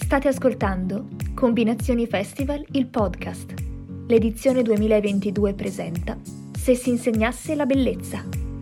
State ascoltando Combinazioni Festival, il podcast. L'edizione 2022 presenta Se si insegnasse la bellezza.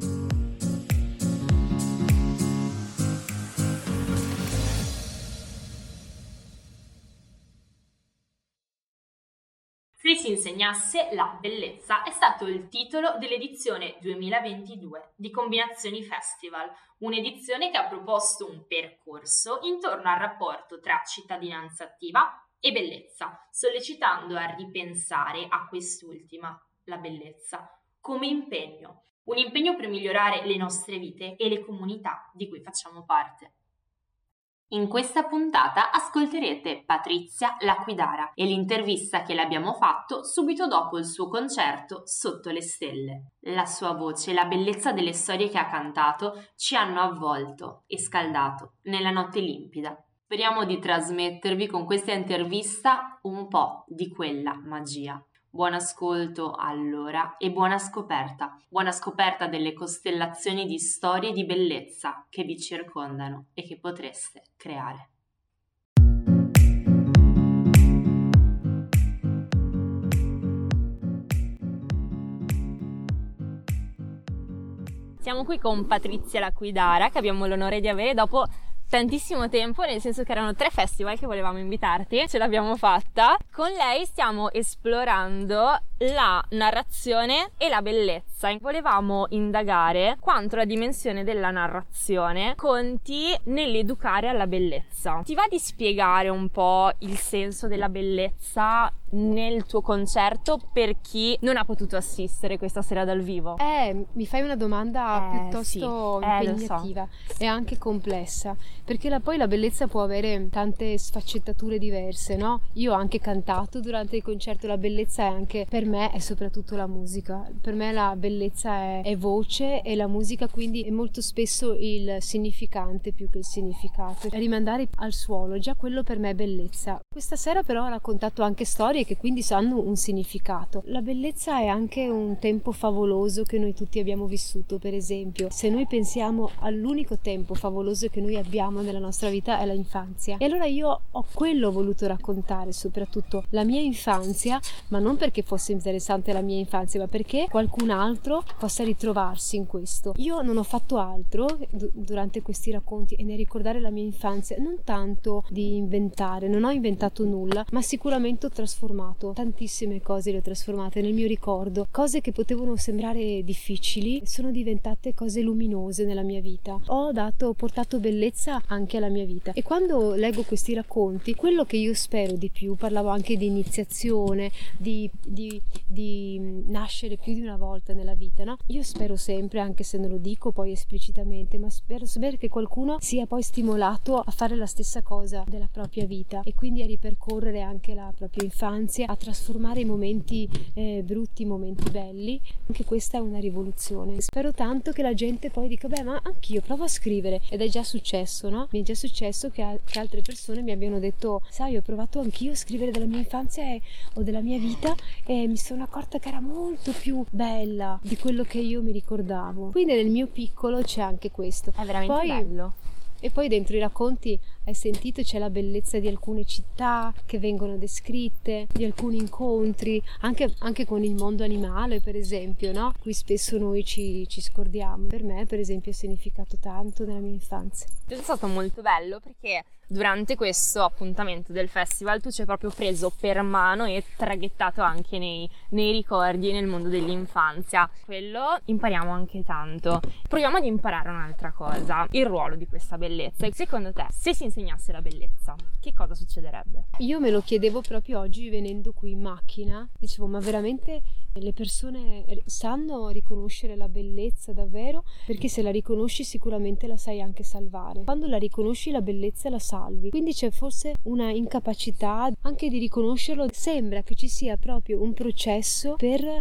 Se si insegnasse la bellezza è stato il titolo dell'edizione 2022 di Combinazioni Festival, un'edizione che ha proposto un percorso intorno al rapporto tra cittadinanza attiva e bellezza, sollecitando a ripensare a quest'ultima, la bellezza, come impegno, un impegno per migliorare le nostre vite e le comunità di cui facciamo parte. In questa puntata ascolterete Patrizia Laquidara e l'intervista che le abbiamo fatto subito dopo il suo concerto Sotto le stelle. La sua voce e la bellezza delle storie che ha cantato ci hanno avvolto e scaldato nella notte limpida. Speriamo di trasmettervi con questa intervista un po' di quella magia. Buon ascolto allora e buona scoperta delle costellazioni di storie di bellezza che vi circondano e che potreste creare. Siamo qui con Patrizia Laquidara, che abbiamo l'onore di avere dopo tantissimo tempo, nel senso che erano 3 festival che volevamo invitarti, ce l'abbiamo fatta. Con lei stiamo esplorando la narrazione e la bellezza. Volevamo indagare quanto la dimensione della narrazione conti nell'educare alla bellezza. Ti va di spiegare un po' il senso della bellezza nel tuo concerto per chi non ha potuto assistere questa sera dal vivo? Mi fai una domanda piuttosto impegnativa e anche complessa, perché poi la bellezza può avere tante sfaccettature diverse, no? Io ho anche cantato durante il concerto. La bellezza è anche, per me, è soprattutto la musica. Per me la bellezza è voce, e la musica quindi è molto spesso il significante più che il significato. Rimandare al suono, già quello per me è bellezza. Questa sera però ho raccontato anche storie che quindi hanno un significato. La bellezza è anche un tempo favoloso che noi tutti abbiamo vissuto. Per esempio, se noi pensiamo all'unico tempo favoloso che noi abbiamo nella nostra vita, è l'infanzia. E allora io ho quello voluto raccontare, soprattutto la mia infanzia, ma non perché fosse interessante la mia infanzia, ma perché qualcun altro possa ritrovarsi in questo. Io non ho fatto altro durante questi racconti e nel ricordare la mia infanzia, non tanto di inventare, non ho inventato nulla, ma sicuramente ho trasformato tantissime cose, le ho trasformate nel mio ricordo. Cose che potevano sembrare difficili sono diventate cose luminose nella mia vita. Ho portato bellezza anche alla mia vita, e quando leggo questi racconti, quello che io spero di più, parlavo anche di iniziazione, di nascere più di una volta nella vita, no? Io spero sempre, anche se non lo dico poi esplicitamente, ma spero che qualcuno sia poi stimolato a fare la stessa cosa della propria vita, e quindi a ripercorrere anche la propria infanzia, a trasformare i momenti brutti in momenti belli. Anche questa è una rivoluzione. Spero tanto che la gente poi dica: beh, ma anch'io provo a scrivere. Ed è già successo, no? Mi è già successo che altre persone mi abbiano detto: sai, ho provato anch'io a scrivere della mia infanzia o della mia vita, e mi sono accorta che era molto più bella di quello che io mi ricordavo. Quindi nel mio piccolo c'è anche questo. È veramente bello. E poi dentro i racconti, hai sentito, c'è la bellezza di alcune città che vengono descritte, di alcuni incontri, anche con il mondo animale, per esempio, no? Cui spesso noi ci scordiamo. Per me, per esempio, ha significato tanto nella mia infanzia. È stato molto bello perché durante questo appuntamento del festival tu ci hai proprio preso per mano e traghettato anche nei ricordi e nel mondo dell'infanzia. Quello impariamo anche tanto. Proviamo ad imparare un'altra cosa: il ruolo di questa bellezza. Secondo te, se si insegnasse la bellezza, che cosa succederebbe? Io me lo chiedevo proprio oggi venendo qui in macchina. Dicevo: ma veramente le persone sanno riconoscere la bellezza davvero? Perché se la riconosci sicuramente la sai anche salvare. Quando la riconosci la bellezza la salvi. Quindi c'è forse una incapacità anche di riconoscerlo. Sembra che ci sia proprio un processo per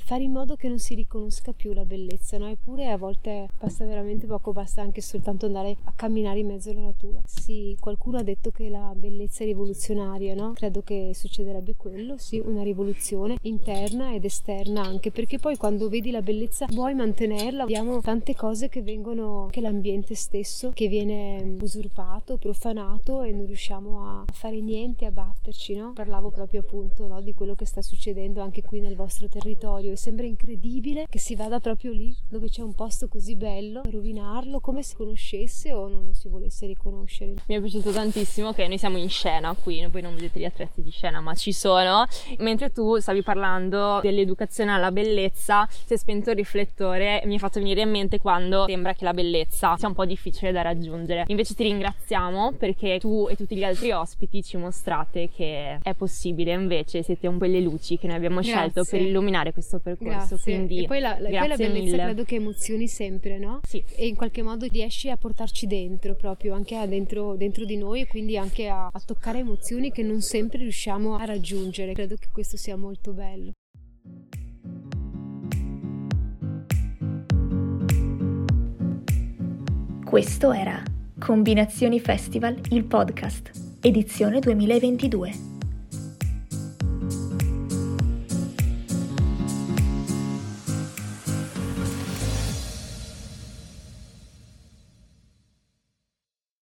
fare in modo che non si riconosca più la bellezza, no? Eppure a volte basta veramente poco, basta anche soltanto andare a camminare in mezzo alla natura. Sì, qualcuno ha detto che la bellezza è rivoluzionaria, no? Credo che succederebbe quello, sì, una rivoluzione interna ed esterna anche, perché poi quando vedi la bellezza vuoi mantenerla. Abbiamo tante cose che vengono, che l'ambiente stesso che viene usurpato, profanato e non riusciamo a fare niente, a batterci, no? Parlavo proprio appunto, no, di quello che sta succedendo anche qui nel vostro territorio e sembra incredibile che si vada proprio lì dove c'è un posto così bello a rovinarlo come se conoscesse o non lo si volesse riconoscere. Mi è piaciuto tantissimo che noi siamo in scena qui, voi non vedete gli attrezzi di scena ma ci sono, mentre tu stavi parlando dell'educazione alla bellezza, si è spento il riflettore e mi è fatto venire in mente quando sembra che la bellezza sia un po' difficile da raggiungere. Invece ti ringraziamo perché tu e tutti gli altri ospiti ci mostrate che è possibile, invece siete un po' le luci che noi abbiamo scelto per illuminare questo percorso. Quindi e poi la bellezza mille. Credo che emozioni sempre, no? Sì. E in qualche modo riesci a portarci dentro, proprio anche dentro di noi, e quindi anche a toccare emozioni che non sempre riusciamo a raggiungere. Credo che questo sia molto bello. Questo era Combinazioni Festival, il podcast, edizione 2022.